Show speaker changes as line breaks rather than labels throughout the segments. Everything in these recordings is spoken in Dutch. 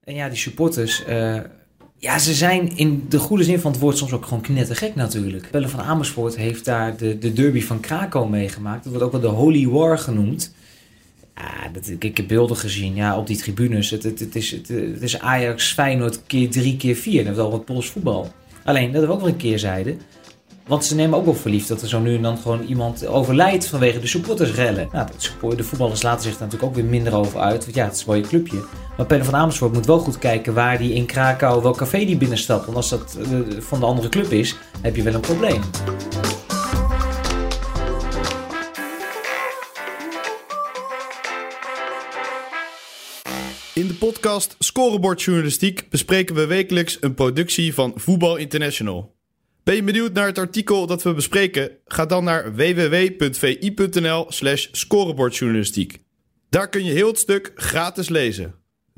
En ja, die supporters... ze zijn in de goede zin van het woord soms ook gewoon knettergek natuurlijk. Pelle van Amersfoort heeft daar de derby van Krakau meegemaakt. Dat wordt ook wel de Holy War genoemd. Ik heb beelden gezien op die tribunes. Het is Ajax, Feyenoord keer 3 keer 4. Dat is wel wat Pools voetbal. Alleen, dat we ook wel een keer zeiden. Want ze nemen ook wel voor lief dat er zo nu en dan gewoon iemand overlijdt vanwege de supportersrellen. De voetballers laten zich daar natuurlijk ook weer minder over uit. Want het is wel je clubje. Maar Pelle van Amersfoort moet wel goed kijken waar die in Krakau, welk café die binnenstapt. Want als dat van de andere club is, heb je wel een probleem.
In de podcast Scorebordjournalistiek bespreken we wekelijks een productie van Voetbal International. Ben je benieuwd naar het artikel dat we bespreken? Ga dan naar www.vi.nl/scorebordjournalistiek. Daar kun je heel het stuk gratis lezen.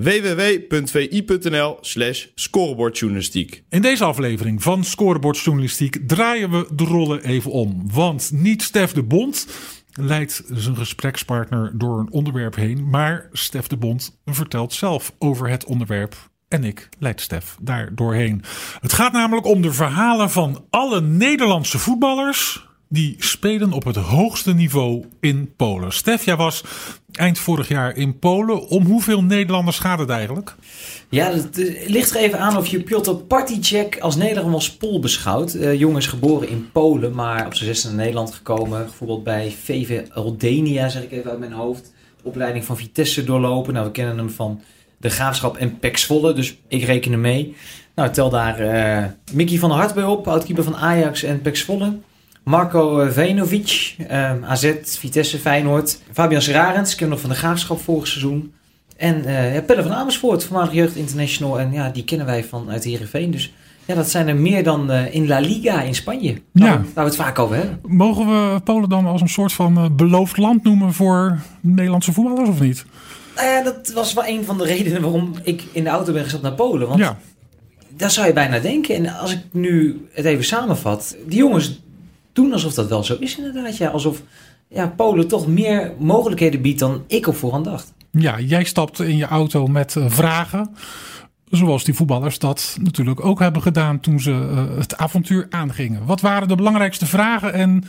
www.vi.nl/scorebordjournalistiek.
In deze aflevering van Scorebordjournalistiek draaien we de rollen even om. Want niet Stef de Bond leidt zijn gesprekspartner door een onderwerp heen, maar Stef de Bond vertelt zelf over het onderwerp. En ik leid Stef daar doorheen. Het gaat namelijk om de verhalen van alle Nederlandse voetballers die spelen op het hoogste niveau in Polen. Stef, jij was eind vorig jaar in Polen. Om hoeveel Nederlanders gaat het eigenlijk?
Ja, het ligt er even aan of je Piotr Partycheck als Nederlander als Pool beschouwt. Jongen is geboren in Polen, maar op zijn 6e naar Nederland gekomen. Bijvoorbeeld bij VV Rodenia, zeg ik even uit mijn hoofd. Opleiding van Vitesse doorlopen. We kennen hem van de Graafschap en PEC Zwolle, dus ik reken hem mee. Tel daar Mickey van der Hart bij op, oudkeeper van Ajax en PEC Zwolle. Marco Vejnovic, AZ, Vitesse, Feyenoord. Fabian Serarens, ik ken hem nog van de Graafschap vorig seizoen. En Pelle van Amersfoort, voormalig jeugd international. En die kennen wij vanuit Heerenveen. Dus dat zijn er meer dan in La Liga in Spanje. Daar we het vaak over hebben.
Mogen we Polen dan als een soort van beloofd land noemen voor Nederlandse voetballers of niet?
Dat was wel een van de redenen waarom ik in de auto ben gestapt naar Polen. Want daar zou je bijna denken. En als ik nu het even samenvat. Die jongens doen alsof dat wel zo is inderdaad. Alsof Polen toch meer mogelijkheden biedt dan ik op voorhand dacht. Ja,
jij stapt in je auto met vragen. Zoals die voetballers dat natuurlijk ook hebben gedaan toen ze het avontuur aangingen. Wat waren de belangrijkste vragen en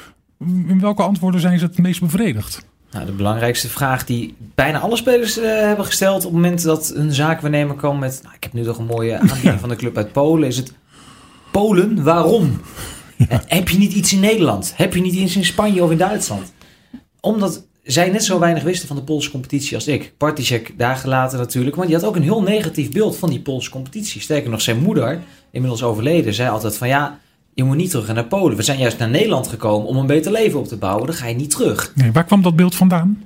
in welke antwoorden zijn ze het meest bevredigd?
De belangrijkste vraag die bijna alle spelers hebben gesteld op het moment dat een zaakwaarnemer kwam met... ik heb nu toch een mooie aanbieding van de club uit Polen. Is het Polen? Waarom? Ja. Heb je niet iets in Nederland? Heb je niet iets in Spanje of in Duitsland? Omdat zij net zo weinig wisten van de Poolse competitie als ik. Partycheck daar gelaten natuurlijk. Want die had ook een heel negatief beeld van die Poolse competitie. Sterker nog, zijn moeder, inmiddels overleden, zei altijd van je moet niet terug naar Polen. We zijn juist naar Nederland gekomen om een beter leven op te bouwen. Dan ga je niet terug.
Nee, waar kwam dat beeld vandaan?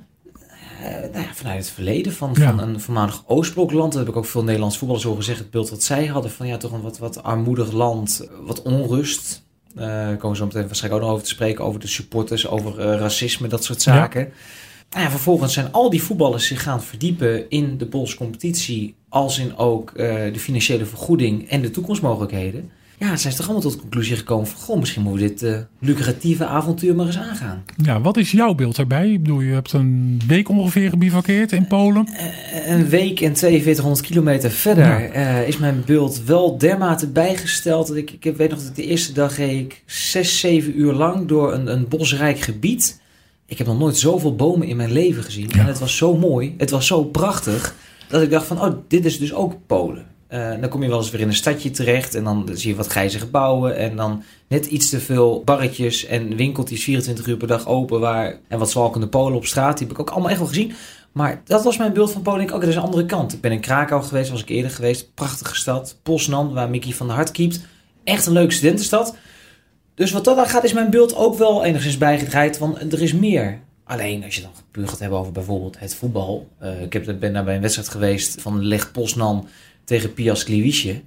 Vanuit het verleden van een voormalig Oostblokland. Dat heb ik ook veel Nederlands voetballers horen zeggen. Het beeld wat zij hadden van toch een wat armoedig land. Wat onrust. Daar komen we zo meteen waarschijnlijk ook nog over te spreken. Over de supporters, over racisme, dat soort zaken. Ja. Vervolgens zijn al die voetballers zich gaan verdiepen in de Poolse competitie. Als in ook de financiële vergoeding en de toekomstmogelijkheden. Zijn ze toch allemaal tot de conclusie gekomen van... misschien moeten we dit lucratieve avontuur maar eens aangaan.
Ja, wat is jouw beeld daarbij? Ik bedoel, je hebt een week ongeveer gebivakkeerd in Polen.
Een week en 4200 kilometer verder is mijn beeld wel dermate bijgesteld. Dat ik weet nog dat de eerste dag reed ik 6-7 uur lang door een bosrijk gebied. Ik heb nog nooit zoveel bomen in mijn leven gezien. Ja. En het was zo mooi, het was zo prachtig... dat ik dacht van, dit is dus ook Polen. Dan kom je wel eens weer in een stadje terecht en dan zie je wat grijze gebouwen en dan net iets te veel barretjes en winkeltjes 24 uur per dag open en wat zwalkende Polen op straat. Die heb ik ook allemaal echt wel gezien. Maar dat was mijn beeld van Polen. Dat is een andere kant. Ik ben in Krakau geweest, was ik eerder geweest. Prachtige stad. Poznan, waar Mickey van der Hart keept. Echt een leuke studentenstad. Dus wat dat dan gaat, is mijn beeld ook wel enigszins bijgedraaid, want er is meer. Alleen als je dan puur gaat hebben over bijvoorbeeld het voetbal. Ik ben daar bij een wedstrijd geweest van Lech Poznan tegen Piast Gliwice.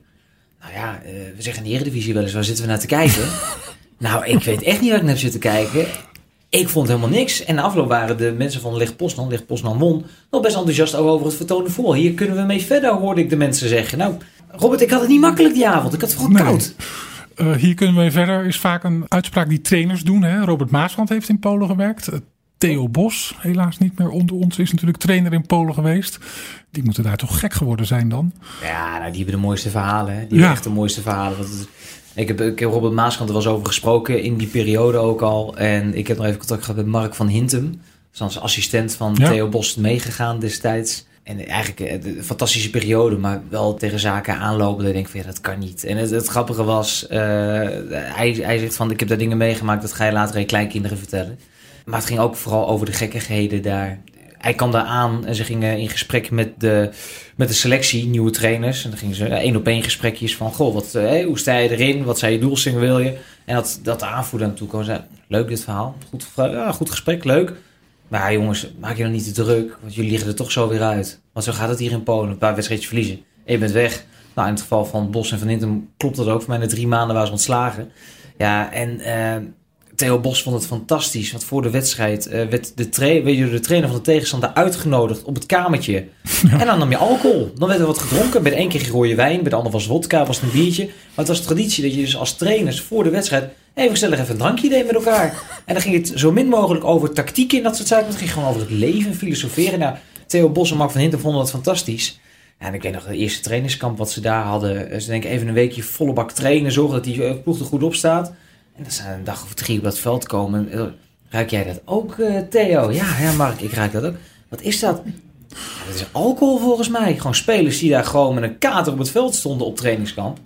We zeggen in de Eredivisie wel eens, waar zitten we naar te kijken? Ik weet echt niet waar ik naar zit te kijken. Ik vond helemaal niks. En na afloop waren de mensen van Lech Poznan won, nog best enthousiast over het vertoonde voetbal. Hier kunnen we mee verder, hoorde ik de mensen zeggen. Robert, ik had het niet makkelijk die avond. Ik had het gewoon koud.
Hier kunnen we mee verder is vaak een uitspraak die trainers doen. Hè? Robert Maasland heeft in Polen gewerkt. Theo Bos, helaas niet meer onder ons, is natuurlijk trainer in Polen geweest. Die moeten daar toch gek geworden zijn dan?
Ja, nou, die hebben de mooiste verhalen. Hè? Die hebben echt de mooiste verhalen. Ik heb Robert Maaskant er wel eens over gesproken in die periode ook al. En ik heb nog even contact gehad met Mark van Hintem. Dus als assistent van Theo Bos meegegaan destijds. En eigenlijk een fantastische periode, maar wel tegen zaken aanlopen. Dat ik denk van ja, dat kan niet. En het grappige was, hij zegt van ik heb daar dingen meegemaakt, dat ga je later aan je kleinkinderen vertellen. Maar het ging ook vooral over de gekkigheden daar. Hij kwam daar aan en ze gingen in gesprek met de selectie, nieuwe trainers. En dan gingen ze 1-op-1 gesprekjes van, goh, hoe sta je erin? Wat zijn je doelstellingen, wil je? En dat de aanvoerder naartoe kwam en zei, leuk dit verhaal. Goed gesprek, leuk. Maar jongens, maak je dan niet te druk, want jullie liggen er toch zo weer uit. Want zo gaat het hier in Polen, een paar wedstrijdjes verliezen. En je bent weg. Nou, in het geval van Bos en Van Hintem klopt dat ook. Voor mij na 3 maanden waren ze ontslagen. Ja, en Theo Bos vond het fantastisch. Want voor de wedstrijd werd de trainer van de tegenstander uitgenodigd op het kamertje. Ja. En dan nam je alcohol. Dan werd er wat gedronken. Bij de een kreeg je rode wijn, bij de ander was het wodka, was het een biertje. Maar het was traditie dat je dus als trainers voor de wedstrijd even gezellig even een drankje deed met elkaar. En dan ging het zo min mogelijk over tactiek in dat soort zaken. Het ging gewoon over het leven, filosoferen. Nou, Theo Bos en Mark van Hintem vonden dat fantastisch. Ja, en ik weet nog de eerste trainingskamp wat ze daar hadden. Ze denken even een weekje volle bak trainen, zorgen dat die ploeg er goed op staat. En dan zijn een dag of 3 op dat veld komen. Ruik jij dat ook, Theo? Ja, Mark, ik ruik dat ook. Wat is dat? Ja, dat is alcohol volgens mij. Gewoon spelers die daar gewoon met een kater op het veld stonden op trainingskamp.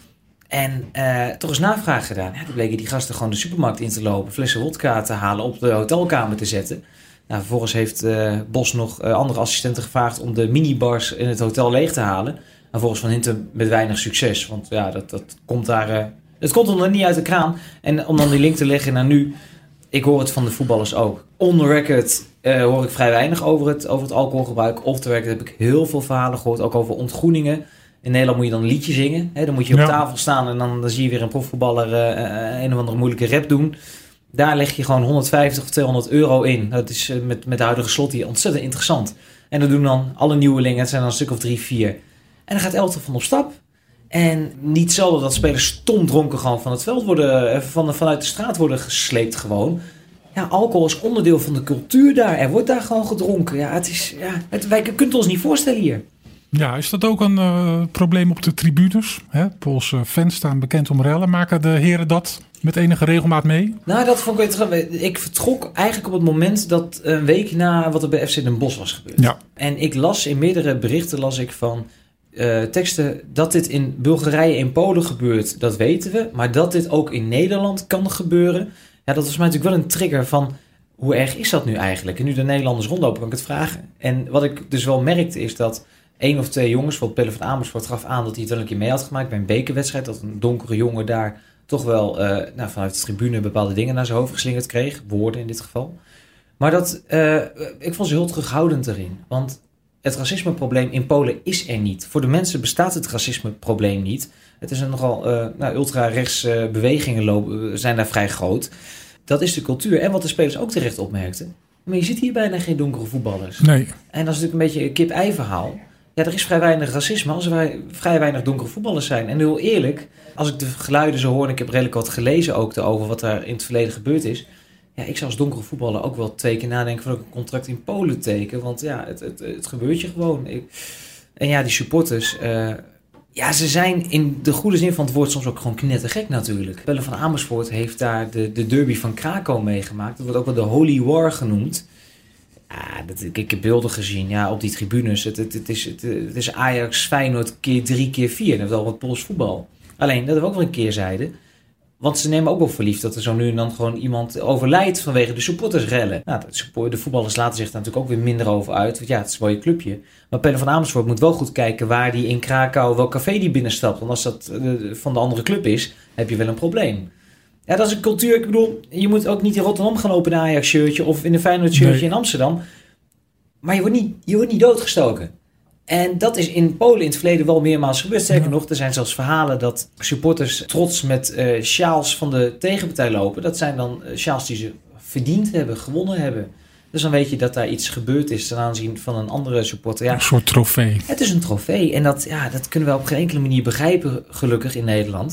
En toch eens navraag gedaan. Ja, toen bleken die gasten gewoon de supermarkt in te lopen, flessen wodka te halen, op de hotelkamer te zetten. Nou, vervolgens heeft Bos nog andere assistenten gevraagd om de minibars in het hotel leeg te halen. En volgens Van Hintem met weinig succes. Want ja, dat komt daar... Het komt er nog niet uit de kraan. En om dan die link te leggen naar nu, ik hoor het van de voetballers ook. On the record hoor ik vrij weinig over het alcoholgebruik. Off the record heb ik heel veel verhalen gehoord, ook over ontgroeningen. In Nederland moet je dan een liedje zingen. Hè? Dan moet je op tafel staan en dan zie je weer een profvoetballer een of andere moeilijke rap doen. Daar leg je gewoon 150 of 200 euro in. Dat is met de huidige slot hier ontzettend interessant. En dat doen dan alle nieuwelingen. Het zijn dan een stuk of 3, 4. En dan gaat Elftal van op stap. En niet zelden dat spelers stomdronken gewoon van het veld worden, vanuit de straat worden gesleept gewoon. Ja, alcohol is onderdeel van de cultuur daar. Er wordt daar gewoon gedronken. Ja, wij kunnen het ons niet voorstellen hier.
Ja, is dat ook een probleem op de tribunes? Poolse fans staan bekend om rellen. Maken de heren dat met enige regelmaat mee?
Nou, dat vond ik interessant. Ik vertrok eigenlijk op het moment dat een week na wat er bij FC Den Bosch was gebeurd. Ja. En ik las in meerdere berichten van teksten dat dit in Bulgarije en Polen gebeurt, dat weten we. Maar dat dit ook in Nederland kan gebeuren, ja, dat was mij natuurlijk wel een trigger van hoe erg is dat nu eigenlijk? En nu de Nederlanders rondlopen, kan ik het vragen. En wat ik dus wel merkte is dat 1 of 2 jongens, bijvoorbeeld Pelle van Amersfoort, gaf aan dat hij het wel een keer mee had gemaakt bij een bekerwedstrijd. Dat een donkere jongen daar toch wel vanuit de tribune bepaalde dingen naar zijn hoofd geslingerd kreeg. Woorden in dit geval. Maar ik vond ze heel terughoudend erin. Want het racismeprobleem in Polen is er niet. Voor de mensen bestaat het racismeprobleem niet. Het is een nogal ultra-rechts bewegingen zijn daar vrij groot. Dat is de cultuur. En wat de spelers ook terecht opmerkten. Maar je ziet hier bijna geen donkere voetballers.
Nee.
En dat is natuurlijk een beetje een kip-ei verhaal. Ja, er is vrij weinig racisme als er vrij weinig donkere voetballers zijn. En heel eerlijk, als ik de geluiden zo hoor, en ik heb redelijk wat gelezen ook over wat daar in het verleden gebeurd is. Ja, ik zou als donkere voetballer ook wel 2 keer nadenken van ook een contract in Polen teken. Want ja, het gebeurt je gewoon. En ja, die supporters, ze zijn in de goede zin van het woord soms ook gewoon knettergek natuurlijk. Pelle van Amersfoort heeft daar de derby van Krakau meegemaakt. Dat wordt ook wel de Holy War genoemd. Ja, ik heb beelden gezien op die tribunes. Het is Ajax, Feyenoord keer 3 keer 4. Dat is al wat Pools voetbal. Alleen, dat we ook wel een keerzijde. Want ze nemen ook wel voor lief dat er zo nu en dan gewoon iemand overlijdt vanwege de supportersrellen. Nou, de voetballers laten zich daar natuurlijk ook weer minder over uit. Want ja, het is wel je clubje. Maar Pelle van Amersfoort moet wel goed kijken waar die in Krakau, welk café die binnenstapt. Want als dat van de andere club is, heb je wel een probleem. Ja, dat is een cultuur. Ik bedoel, je moet ook niet in Rotterdam gaan lopen in een Ajax-shirtje of in een Feyenoord-shirtje in Amsterdam. Maar je wordt niet doodgestoken. En dat is in Polen in het verleden wel meermaals gebeurd. Sterker nog, er zijn zelfs verhalen dat supporters trots met sjaals van de tegenpartij lopen. Dat zijn dan sjaals die ze verdiend hebben, gewonnen hebben. Dus dan weet je dat daar iets gebeurd is ten aanzien van een andere supporter. Ja,
een soort trofee.
Het is een trofee. En dat kunnen we op geen enkele manier begrijpen, gelukkig in Nederland.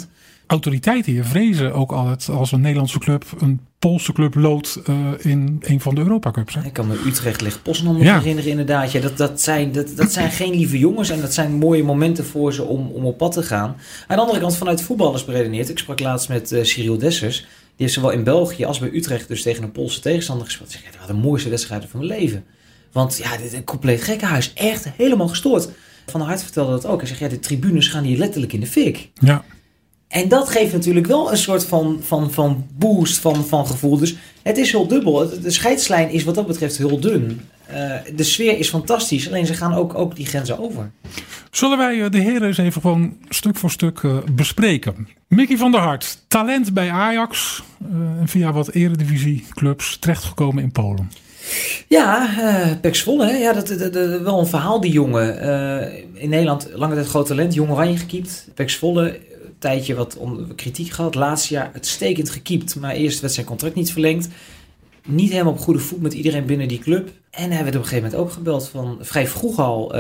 autoriteiten hier vrezen ook altijd als een Nederlandse club een Poolse club loodt in een van de Europa Cups. Hè?
Ik kan me Utrecht Leg Poznan nog herinneren inderdaad. Ja, dat zijn geen lieve jongens en dat zijn mooie momenten voor ze om op pad te gaan. Aan de andere kant vanuit voetballers beredeneerd. Ik sprak laatst met Cyril Dessers. Die heeft zowel in België als bij Utrecht dus tegen een Poolse tegenstander gespeeld. Zeg, dat waren de mooiste wedstrijden van mijn leven. Want ja, dit is een compleet gekkenhuis. Echt helemaal gestoord. Van der Hart vertelde dat ook. Hij zegt, ja, de tribunes gaan hier letterlijk in de fik. Ja. En dat geeft natuurlijk wel een soort van boost van gevoel. Dus het is heel dubbel. De scheidslijn is wat dat betreft heel dun. De sfeer is fantastisch. Alleen ze gaan ook die grenzen over.
Zullen wij de heren eens even gewoon stuk voor stuk bespreken. Mickey van der Hart, talent bij Ajax. En via wat eredivisieclubs terechtgekomen in Polen.
Ja, PEC Zwolle. Hè? Ja, dat wel een verhaal, die jongen. In Nederland lange tijd groot talent. Jong Oranje gekiept. PEC Zwolle, een tijdje wat kritiek gehad. Laatste jaar uitstekend gekiept. Maar eerst werd zijn contract niet verlengd. Niet helemaal op goede voet met iedereen binnen die club. En hij werd op een gegeven moment ook gebeld van vrij vroeg al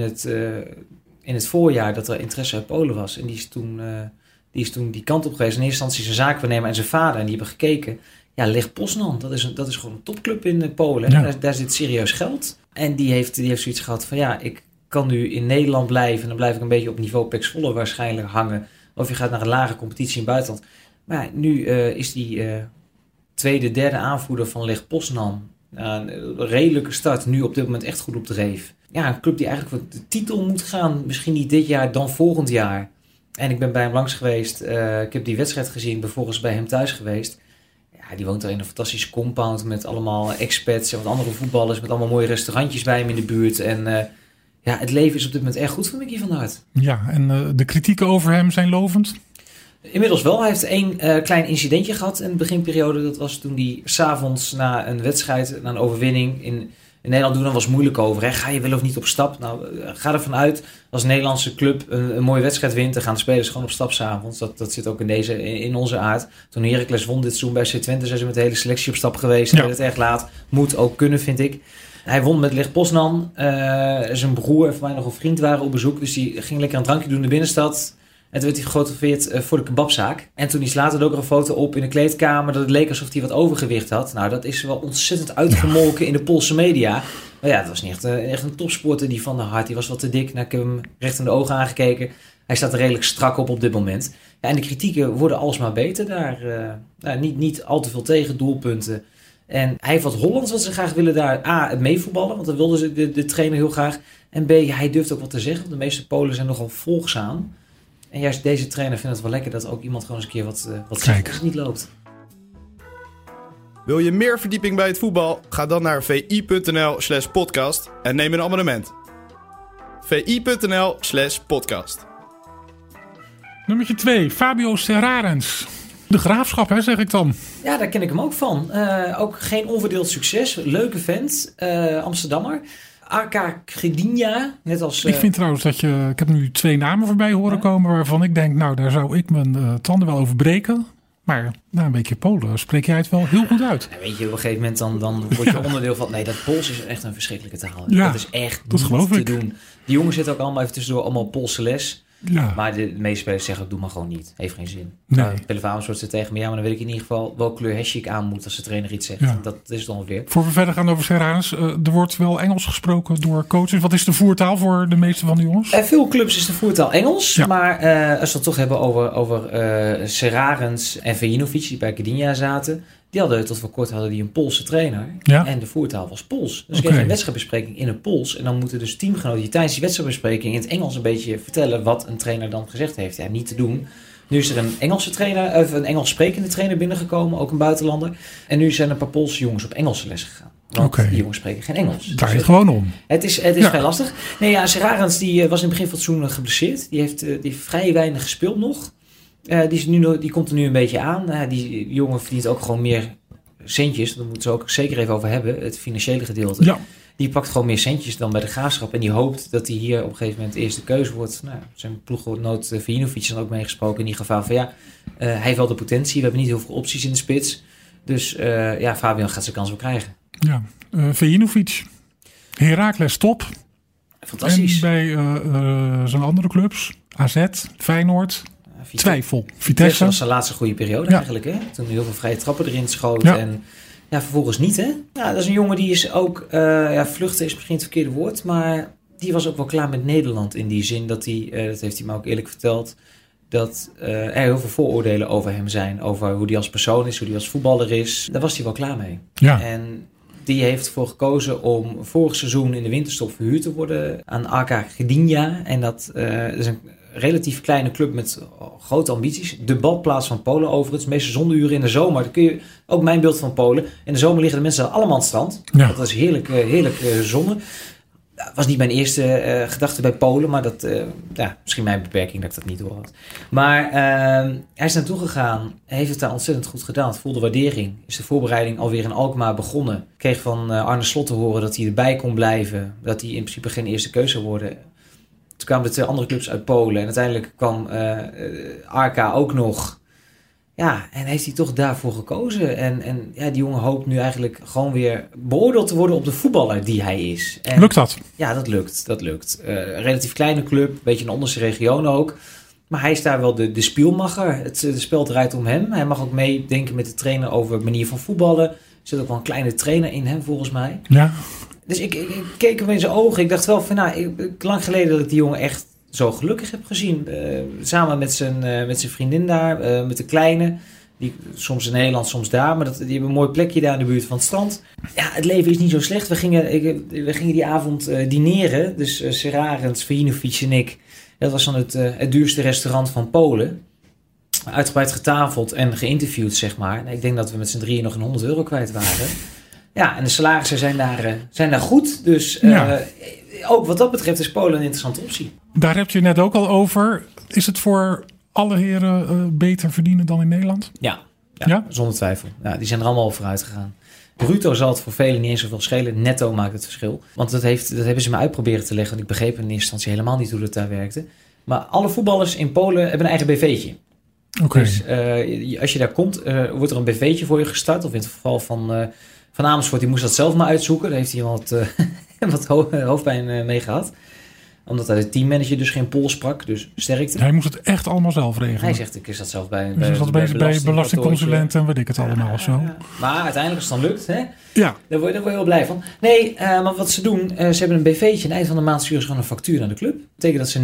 in het voorjaar dat er interesse uit Polen was. En die is toen die kant op geweest. In eerste instantie zijn zaakwaarnemer en zijn vader. En die hebben gekeken. Ja, Leg Poznan, dat is gewoon een topclub in Polen. Ja. Daar zit serieus geld. En die heeft zoiets gehad van ja, ik kan nu in Nederland blijven. En dan blijf ik een beetje op niveau PEC Zwolle waarschijnlijk hangen. Of je gaat naar een lage competitie in het buitenland. Maar nu is die tweede, derde aanvoerder van Leg Poznan. Een redelijke start. Nu op dit moment echt goed op dreef. Ja, een club die eigenlijk voor de titel moet gaan. Misschien niet dit jaar, dan volgend jaar. En ik ben bij hem langs geweest. Ik heb die wedstrijd gezien. Ben volgens bij hem thuis geweest. Ja, die woont daar in een fantastische compound met allemaal expats en wat andere voetballers. Met allemaal mooie restaurantjes bij hem in de buurt. En het leven is op dit moment erg goed voor Mickey van der Hart. Ja,
en de kritieken over hem zijn lovend?
Inmiddels wel. Hij heeft één klein incidentje gehad in de beginperiode. Dat was toen hij 's avonds na een wedstrijd, na een overwinning in Nederland doen, dan was moeilijk over. Hè? Ga je wel of niet op stap? Nou, ga ervan uit, als een Nederlandse club een mooie wedstrijd wint, dan gaan de spelers gewoon op stap 's avonds. Dat zit ook in onze aard. Toen Heracles won dit seizoen bij C Twente, zijn ze met de hele selectie op stap geweest. Ja. Het erg laat. Moet ook kunnen, vind ik. Hij won met Leg Poznan. Zijn broer en voor mij nog een vriend waren op bezoek. Dus die ging lekker een drankje doen in de binnenstad. En toen werd hij gefotografeerd voor de kebabzaak. En toen is later ook nog een foto op in de kleedkamer dat het leek alsof hij wat overgewicht had. Nou, dat is wel ontzettend uitgemolken in de Poolse media. Maar ja, het was niet echt een topsporter, die Van der Hart. Die was wat te dik. Nou, ik heb hem recht in de ogen aangekeken. Hij staat er redelijk strak op dit moment. Ja, en de kritieken worden alsmaar beter daar. Niet al te veel tegendoelpunten. En hij heeft wat Hollands wat ze graag willen daar. A, het meevoetballen, want dat wilden ze de trainer heel graag. En B, hij durft ook wat te zeggen. De meeste Polen zijn nogal volgzaam. En juist deze trainer vindt het wel lekker dat ook iemand gewoon eens een keer wat zegt als het niet loopt.
Wil je meer verdieping bij het voetbal? Ga dan naar vi.nl/podcast en neem een abonnement. vi.nl/podcast.
Nummertje 2, Fabio Serrarens. De Graafschap, hè, zeg ik dan.
Ja, daar ken ik hem ook van. Ook geen onverdeeld succes. Leuke vent. Amsterdammer. AK Gdynia, net als...
Ik vind trouwens dat ik heb nu 2 namen voorbij horen komen waarvan ik denk, nou, daar zou ik mijn tanden wel over breken. Maar na een beetje Polen spreek jij het wel heel goed uit.
Ja, weet je, op een gegeven moment dan word je onderdeel van... Nee, dat Pools is echt een verschrikkelijke taal.
Ja,
dat is echt niet te doen. Die jongens zitten ook allemaal even tussendoor allemaal Poolse les. Ja. Maar de meeste spelers zeggen, doe maar gewoon niet. Heeft geen zin.
Nee.
Pelle Vaamswoord zit tegen me, ja, maar dan weet ik in ieder geval welke kleur hesje ik aan moet als de trainer iets zegt. Ja. Dat is het ongeveer.
Voor we verder gaan over Serrarens, er wordt wel Engels gesproken door coaches. Wat is de voertaal voor de meeste van de jongens?
Veel clubs is de voertaal Engels. Ja. Maar als we het toch hebben over Serrarens en Vejinovic, die bij Gdynia zaten... Die hadden tot voor kort een Poolse trainer. Ja. En de voertaal was Pools. Dus ik kreeg een wedstrijdbespreking in het Pools. En dan moeten dus teamgenoten die tijdens die wedstrijdbespreking in het Engels een beetje vertellen wat een trainer dan gezegd heeft. Ja, niet te doen. Nu is er een Engelse trainer, of een Engels sprekende trainer binnengekomen, ook een buitenlander. En nu zijn een paar Poolse jongens op Engelse les gegaan. Want die jongens spreken geen Engels.
Daar is het gewoon om.
Het is vrij lastig. Nee, ja, Serrarens die was in het begin van het seizoen geblesseerd. Die heeft vrij weinig gespeeld nog. Die komt er nu een beetje aan. Die jongen verdient ook gewoon meer centjes. Daar moeten ze ook zeker even over hebben. Het financiële gedeelte. Ja. Die pakt gewoon meer centjes dan bij de Graafschap. En die hoopt dat hij hier op een gegeven moment eerste keuze wordt. Nou, zijn ploeggenoot Vejinovic is dan ook meegesproken in die geval van hij heeft wel de potentie. We hebben niet heel veel opties in de spits. Dus Fabian gaat zijn kans wel krijgen.
Ja, Vejinovic. Heracles top.
Fantastisch.
En bij zijn andere clubs. AZ, Feyenoord. Twijfel.
Vitesse was zijn laatste goede periode eigenlijk. Hè? Toen heel veel vrije trappen erin schoot.
Ja.
En vervolgens niet. Hè? Ja, dat is een jongen die is ook... vluchten is misschien het verkeerde woord. Maar die was ook wel klaar met Nederland. In die zin dat hij... dat heeft hij me ook eerlijk verteld. Dat er heel veel vooroordelen over hem zijn. Over hoe hij als persoon is. Hoe hij als voetballer is. Daar was hij wel klaar mee.
Ja.
En die heeft ervoor gekozen om vorig seizoen in de winterstop verhuurd te worden aan AK Gdynia. En dat is een relatief kleine club met grote ambities. De badplaats van Polen overigens. De meeste zonneuren in de zomer. Dan kun je ook mijn beeld van Polen. In de zomer liggen de mensen allemaal aan het strand.
Ja.
Dat is heerlijk zonne. Dat was niet mijn eerste gedachte bij Polen. Maar dat, misschien mijn beperking dat ik dat niet door had. Maar hij is naartoe gegaan. Heeft het daar ontzettend goed gedaan. Voelde waardering. Is de voorbereiding alweer in Alkmaar begonnen. Kreeg van Arne Slot te horen dat hij erbij kon blijven. Dat hij in principe geen eerste keuze zou worden. Toen kwamen de 2 andere clubs uit Polen. En uiteindelijk kwam RK ook nog. Ja, en heeft hij toch daarvoor gekozen. En die jongen hoopt nu eigenlijk gewoon weer beoordeeld te worden op de voetballer die hij is. En,
lukt dat?
Ja, dat lukt. Relatief kleine club, een beetje een onderste region ook. Maar hij is daar wel de spielmacher. Het spel draait om hem. Hij mag ook meedenken met de trainer over manier van voetballen. Er zit ook wel een kleine trainer in hem volgens mij.
Ja.
Dus ik keek hem in zijn ogen. Ik dacht wel van, lang geleden dat ik die jongen echt zo gelukkig heb gezien. Samen met zijn vriendin daar, met de kleine. Die soms in Nederland, soms daar. Maar die hebben een mooi plekje daar in de buurt van het strand. Ja, het leven is niet zo slecht. We gingen die avond dineren. Dus Serarens, Vujinovic en ik. Dat was dan het duurste restaurant van Polen. Uitgebreid getafeld en geïnterviewd, zeg maar. Ik denk dat we met z'n drieën nog een €100 kwijt waren. Ja, en de salarissen zijn daar goed. Dus ook wat dat betreft is Polen een interessante optie.
Daar heb je net ook al over. Is het voor alle heren beter verdienen dan in Nederland?
Ja, zonder twijfel. Ja, die zijn er allemaal vooruit gegaan. Bruto zal het voor velen niet eens zoveel schelen. Netto maakt het verschil. Want dat hebben ze me uitproberen te leggen. Want ik begreep in eerste instantie helemaal niet hoe dat daar werkte. Maar alle voetballers in Polen hebben een eigen BV'tje.
Okay.
Dus als je daar komt, wordt er een BV'tje voor je gestart. Of in het geval van Amersfoort, die moest dat zelf maar uitzoeken. Daar heeft hij wat hoofdpijn mee gehad. Omdat hij de teammanager dus geen Pools sprak. Dus sterkte.
Hij moest het echt allemaal zelf regelen.
Hij zegt, ik is dat zelf bij
belastingconsulent en weet ik het allemaal of zo.
Ja. Maar uiteindelijk als het dan lukt, hè,
ja.
daar word je heel blij van. Nee, maar wat ze doen, ze hebben een BV'tje. En eind van de maand sturen ze gewoon een factuur naar de club. Dat betekent dat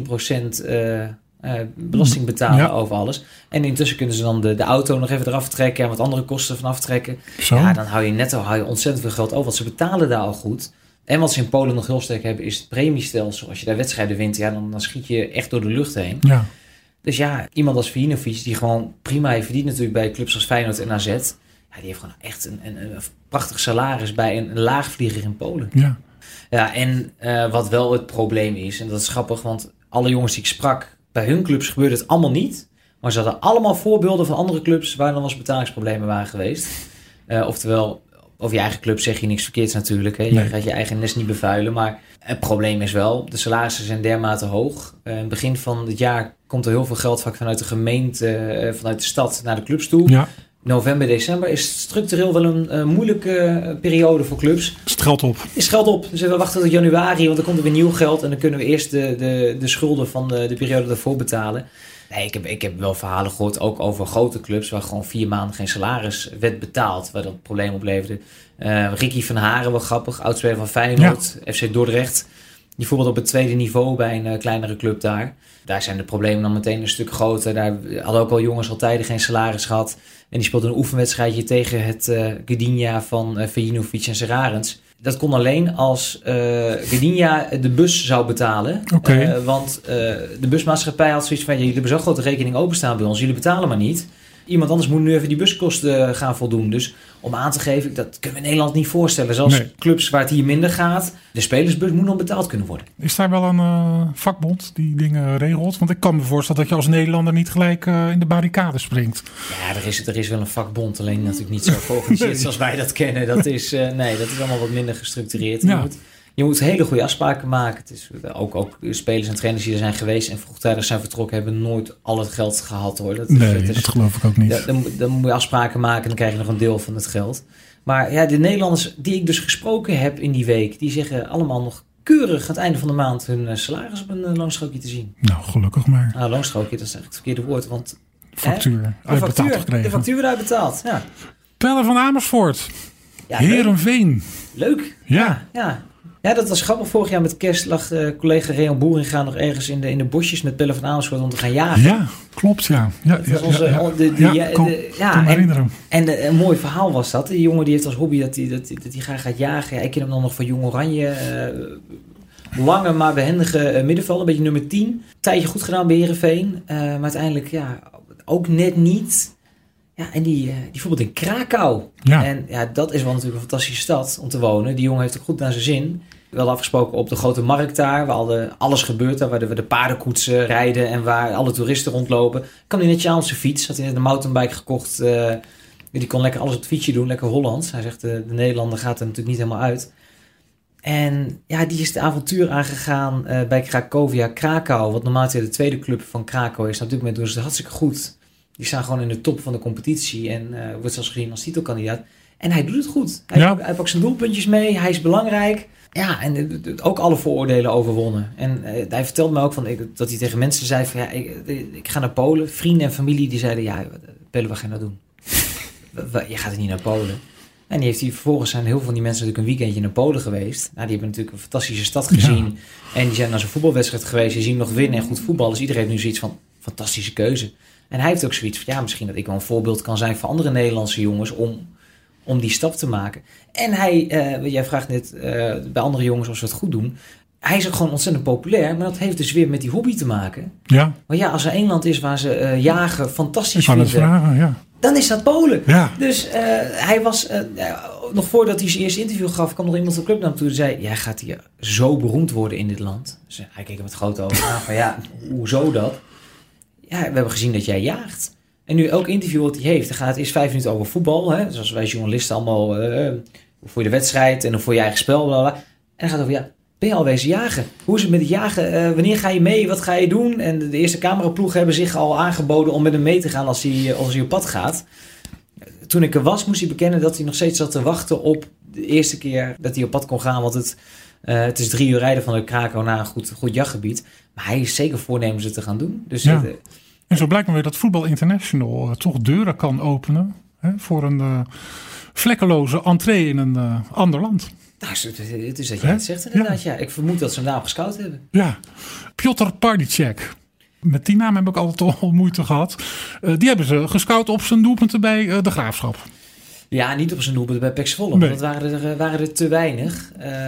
ze 19% belasting betalen over alles. En intussen kunnen ze dan de auto nog even eraf trekken en wat andere kosten van aftrekken.
Zo.
Ja, dan hou je ontzettend veel geld over. Want ze betalen daar al goed. En wat ze in Polen nog heel sterk hebben is het premiestelsel. Als je daar wedstrijden wint, dan schiet je echt door de lucht heen.
Ja.
Dus ja, iemand als Vujinovic, die gewoon prima heeft verdiend natuurlijk bij clubs als Feyenoord en AZ. Ja, die heeft gewoon echt een prachtig salaris bij een laagvlieger in Polen.
Ja.
Ja, en wat wel het probleem is, en dat is grappig, want alle jongens die ik sprak, bij hun clubs gebeurde het allemaal niet. Maar ze hadden allemaal voorbeelden van andere clubs waar dan wel eens betalingsproblemen waren geweest. Oftewel, over je eigen club zeg je niks verkeerds natuurlijk. Hè? Je gaat je eigen nest niet bevuilen. Maar het probleem is wel, de salarissen zijn dermate hoog. In het begin van het jaar komt er heel veel geld vaak vanuit de gemeente, vanuit de stad naar de clubs toe. Ja. November, december is structureel wel een moeilijke periode voor clubs.
Is het geld op?
Is geld op. Dus we wachten tot januari, want dan komt er weer nieuw geld. En dan kunnen we eerst de schulden van de periode daarvoor betalen. Nee, ik heb wel verhalen gehoord, ook over grote clubs, waar gewoon 4 maanden geen salaris werd betaald, waar dat probleem opleverde. Ricky van Haren, wel grappig, oudspeler van Feyenoord, FC Dordrecht. Die voetbalde op het tweede niveau bij een kleinere club daar. Daar zijn de problemen dan meteen een stuk groter. Daar hadden ook al jongens al tijden geen salaris gehad. En die speelden een oefenwedstrijdje tegen het Gdynia van Vujinovic en Serarens. Dat kon alleen als Gdynia de bus zou betalen.
Okay.
Want de busmaatschappij had zoiets van, jullie hebben zo'n grote rekening openstaan bij ons, jullie betalen maar niet. Iemand anders moet nu even die buskosten gaan voldoen. Dus om aan te geven, dat kunnen we in Nederland niet voorstellen. Zelfs clubs waar het hier minder gaat, de spelersbus moet nog betaald kunnen worden.
Is daar wel een vakbond die dingen regelt? Want ik kan me voorstellen dat je als Nederlander niet gelijk in de barricade springt.
Ja, er is wel een vakbond, alleen natuurlijk niet zo georganiseerd zoals wij dat kennen. Dat is allemaal wat minder gestructureerd.
Ja.
Je moet hele goede afspraken maken. Het is ook spelers en trainers die er zijn geweest en vroegtijdig zijn vertrokken, hebben nooit al het geld gehad hoor. Dat
geloof ik ook niet.
Dan moet je afspraken maken en dan krijg je nog een deel van het geld. Maar ja, de Nederlanders die ik dus gesproken heb in die week, die zeggen allemaal nog keurig aan het einde van de maand hun salaris op een loonstrookje te zien.
Nou, gelukkig maar.
Nou, loonstrookje, dat is eigenlijk het verkeerde woord, want...
Factuur uitbetaald gekregen.
De factuur uitbetaald, ja.
Pelle van Amersfoort.
Ja,
Heerenveen.
Leuk.
Ja.
Ja, dat was grappig. Vorig jaar met kerst lag collega Reon Boeringa nog ergens in de bosjes met Pelle van Amersfoort om te gaan jagen.
Ja, klopt, ja. Kan me herinneren.
En een mooi verhaal was dat. Die jongen die heeft als hobby dat hij graag gaat jagen. Ja, ik ken hem dan nog van Jong Oranje. Lange, maar behendige middenveld. Een beetje nummer 10. Tijdje goed gedaan bij Heerenveen. Maar uiteindelijk ook net niet. Ja, en die voetbalt in Krakau.
Ja.
En ja, dat is wel natuurlijk een fantastische stad om te wonen. Die jongen heeft ook goed naar zijn zin. We hadden afgesproken op de grote markt daar, waar alles gebeurt daar, waar de paardenkoetsen rijden en waar alle toeristen rondlopen. Kan hij netjes aan zijn fiets, had hij net een mountainbike gekocht. Die kon lekker alles op het fietsje doen, lekker Hollands. Hij zegt, de Nederlander gaat er natuurlijk niet helemaal uit. En ja, die is het avontuur aangegaan bij Cracovia Krakau, wat normaal de tweede club van Krakau is. Op dit moment doen ze het hartstikke goed. Die staan gewoon in de top van de competitie en wordt zelfs gezien als titelkandidaat. En hij doet het goed. Hij pakt zijn doelpuntjes mee, hij is belangrijk. Ja, en ook alle vooroordelen overwonnen. En hij vertelde me ook dat hij tegen mensen zei van ik ga naar Polen. Vrienden en familie die zeiden, Pelle, wat ga je nou doen? Je gaat er niet naar Polen. En vervolgens zijn heel veel van die mensen natuurlijk een weekendje naar Polen geweest. Nou, die hebben natuurlijk een fantastische stad gezien. Ja. En die zijn naar zo'n voetbalwedstrijd geweest. Die zien nog winnen en goed voetballen. Dus iedereen heeft nu zoiets van, fantastische keuze. En hij heeft ook zoiets van, misschien dat ik wel een voorbeeld kan zijn voor andere Nederlandse jongens om die stap te maken. En jij vraagt net bij andere jongens of ze het goed doen. Hij is ook gewoon ontzettend populair, maar dat heeft dus weer met die hobby te maken.
Ja.
Maar ja, als er één land is waar ze jagen fantastisch
vinden,
dan is dat Polen.
Ja.
Dus hij was, nog voordat hij zijn eerste interview gaf, kwam nog iemand op de club naar hem toe en zei, jij gaat hier zo beroemd worden in dit land. Dus hij keek hem met grote ogen aan van hoezo dat? Ja, we hebben gezien dat jij jaagt. En nu elk interview wat hij heeft, dan gaat het eerst 5 minuten over voetbal. Hè? Zoals wij journalisten allemaal voor de wedstrijd en voor je eigen spel. Bla bla. En dan gaat het over, ben je al wezen jagen? Hoe is het met het jagen? Wanneer ga je mee? Wat ga je doen? En de eerste cameraploegen hebben zich al aangeboden om met hem mee te gaan als hij op pad gaat. Toen ik er was, moest hij bekennen dat hij nog steeds zat te wachten op de eerste keer dat hij op pad kon gaan. Want het is 3 uur rijden van de Krakau naar een goed jachtgebied. Maar hij is zeker voornemens het te gaan doen. Dus
en zo blijkt me weer dat Voetbal International toch deuren kan openen voor een vlekkeloze entree in een ander land.
Nou, het is dat jij het zegt inderdaad. Ja. Ik vermoed dat ze hem daarop gescout hebben.
Ja, Piotr Pardicek. Met die naam heb ik altijd al moeite gehad. Die hebben ze gescout op zijn doelpunten bij de Graafschap.
Ja, niet op zijn doelpunten bij PEC Zwolle. Nee. Dat waren er te weinig.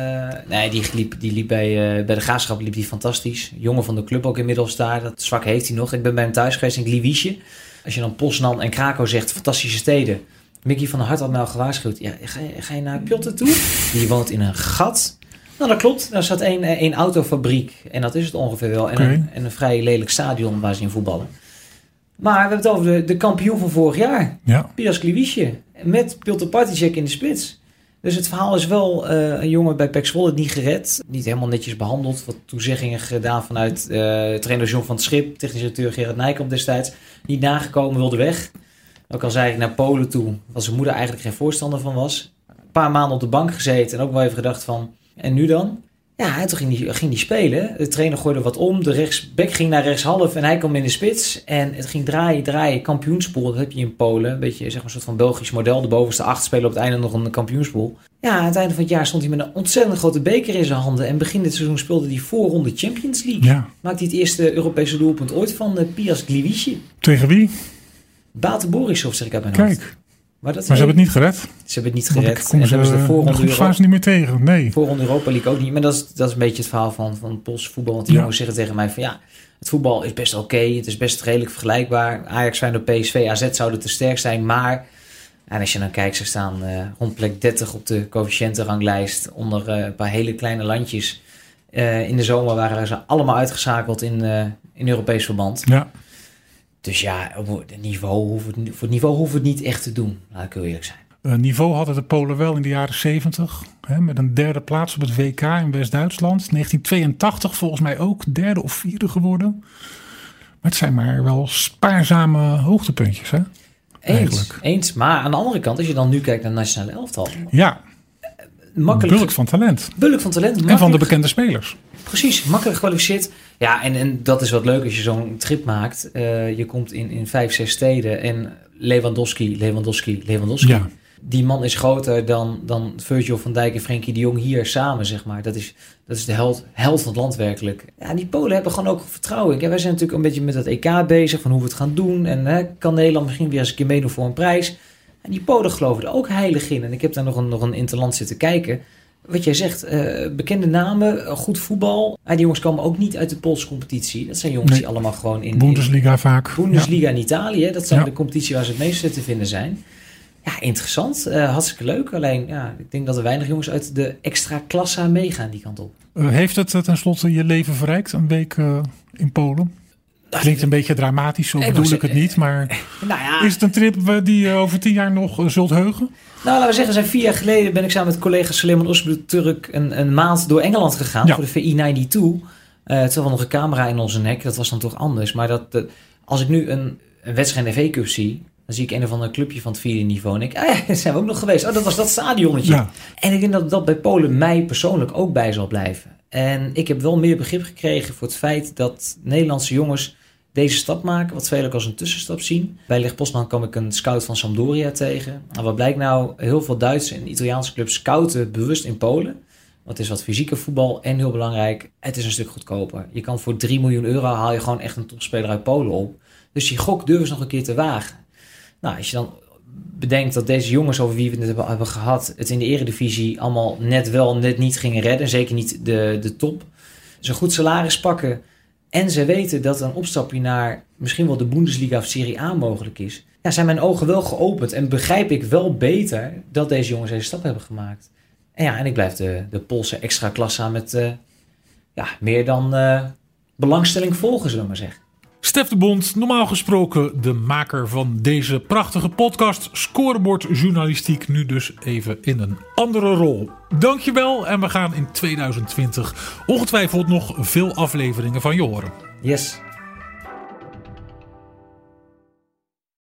Die liep bij de Graafschap liep die fantastisch. Jongen van de club ook inmiddels daar. Dat zwak heeft hij nog. Ik ben bij hem thuis geweest in Gliwice. Als je dan Poznan en Krakau zegt, fantastische steden. Mickey van der Hart had mij al gewaarschuwd. Ja, ga je naar Piotr toe? Die woont in een gat. Nou, dat klopt. Daar zat één autofabriek. En dat is het ongeveer wel. En een vrij lelijk stadion waar ze in voetballen. Maar we hebben het over de kampioen van vorig jaar.
Ja.
Piotr Gliwice. Met Piotr Pardicek in de spits. Dus het verhaal is wel een jongen bij PEC Zwolle niet gered. Niet helemaal netjes behandeld. Wat toezeggingen gedaan vanuit trainer John van het Schip. Technisch directeur Gerard Nijkamp destijds. Niet nagekomen, wilde weg. Ook al zei ik naar Polen toe. Waar zijn moeder eigenlijk geen voorstander van was. Een paar maanden op de bank gezeten. En ook wel even gedacht van, en nu dan? Ja, en toen ging die spelen. De trainer gooide wat om. De rechtsback ging naar rechtshalf en hij kwam in de spits. En het ging draaien. Kampioenspool, dat heb je in Polen. Een beetje een soort van Belgisch model. De bovenste 8 spelen op het einde nog een kampioenspool. Ja, aan het einde van het jaar stond hij met een ontzettend grote beker in zijn handen. En begin dit seizoen speelde hij voorronde Champions League. Ja. Maakte hij het eerste Europese doelpunt ooit van Piotr Gliwice.
Tegen wie?
Bate Borisov, zeg ik uit mijn hoofd.
Kijk. Maar ze hebben het niet gered.
Ze hebben het niet gered.
En hebben ze de voorronde niet meer tegen. Nee.
Voorronde Europa League ook niet. Maar dat is een beetje het verhaal van het Poolse voetbal. Want die jongens zeggen tegen mij van het voetbal is best oké. Het is best redelijk vergelijkbaar. Ajax, Feyenoord, PSV, AZ zouden te sterk zijn. Maar en als je dan kijkt, ze staan rond plek 30 op de coëfficiëntenranglijst. Onder een paar hele kleine landjes. In de zomer waren ze allemaal uitgeschakeld in Europees verband.
Ja.
Dus ja, voor het niveau hoeven we het niet echt te doen. Laat ik heel eerlijk zijn.
Niveau hadden de Polen wel in de jaren 70. Met een 3e plaats op het WK in West-Duitsland. 1982 volgens mij ook 3e of 4e geworden. Maar het zijn maar wel spaarzame hoogtepuntjes. Hè?
Eens. Maar aan de andere kant, als je dan nu kijkt naar het nationale elftal.
Ja.
makkelijk.
Bulk van talent.
Bulk van talent.
En van de bekende spelers.
Precies, makkelijk gekwalificeerd. Ja, en dat is wat leuk als je zo'n trip maakt. Je komt in 5-6 steden en Lewandowski.
Ja.
Die man is groter dan Virgil van Dijk en Frenkie de Jong hier samen, zeg maar. Dat is de held van het land werkelijk. Ja, die Polen hebben gewoon ook vertrouwen. Wij zijn natuurlijk een beetje met het EK bezig, van hoe we het gaan doen. En kan Nederland misschien weer eens een keer meedoen voor een prijs. En die Polen geloven er ook heilig in. En ik heb daar nog een interland zitten kijken. Wat jij zegt, bekende namen, goed voetbal. Die jongens komen ook niet uit de Poolse competitie. Dat zijn jongens die allemaal gewoon in
Bundesliga vaak.
Bundesliga in Italië. Dat zijn de competitie waar ze het meeste te vinden zijn. Ja, interessant. Hartstikke leuk. Alleen, ik denk dat er weinig jongens uit de extra klassa meegaan die kant op.
Heeft het tenslotte je leven verrijkt, een week in Polen? Klinkt een beetje dramatisch, zo bedoel ik het niet. Maar is het een trip die je over 10 jaar nog zult heugen?
Nou, laten we zeggen, 4 jaar geleden ben ik samen met collega Süleyman Öztürk een maand door Engeland gegaan voor de VI92. Toen hadden we nog een camera in onze nek. Dat was dan toch anders. Maar als ik nu een wedstrijd in de FA Cup zie, dan zie ik een of ander clubje van het 4e niveau. En ik, daar zijn we ook nog geweest. Dat was dat stadionnetje. Ja. En ik denk dat dat bij Polen mij persoonlijk ook bij zal blijven. En ik heb wel meer begrip gekregen voor het feit dat Nederlandse jongens deze stap maken, wat veel ook als een tussenstap zien. Bij Leg Poznan kwam ik een scout van Sampdoria tegen. Nou, wat blijkt nou? Heel veel Duitse en Italiaanse clubs scouten bewust in Polen. Want het is wat fysieke voetbal en heel belangrijk, het is een stuk goedkoper. Je kan voor 3 miljoen euro haal je gewoon echt een topspeler uit Polen op. Dus die gok durven ze nog een keer te wagen. Nou, als je dan bedenkt dat deze jongens over wie we het hebben gehad, het in de eredivisie allemaal net wel, net niet gingen redden. Zeker niet de top. Dus een goed salaris pakken. En ze weten dat een opstapje naar misschien wel de Bundesliga of Serie A mogelijk is. Ja, zijn mijn ogen wel geopend en begrijp ik wel beter dat deze jongens deze stap hebben gemaakt. En ik blijf de Poolse extra klassa met meer dan belangstelling volgen, zullen we maar zeggen.
Stef de Bond, normaal gesproken de maker van deze prachtige podcast Scorebord Journalistiek, nu dus even in een andere rol. Dankjewel en we gaan in 2020 ongetwijfeld nog veel afleveringen van je horen.
Yes.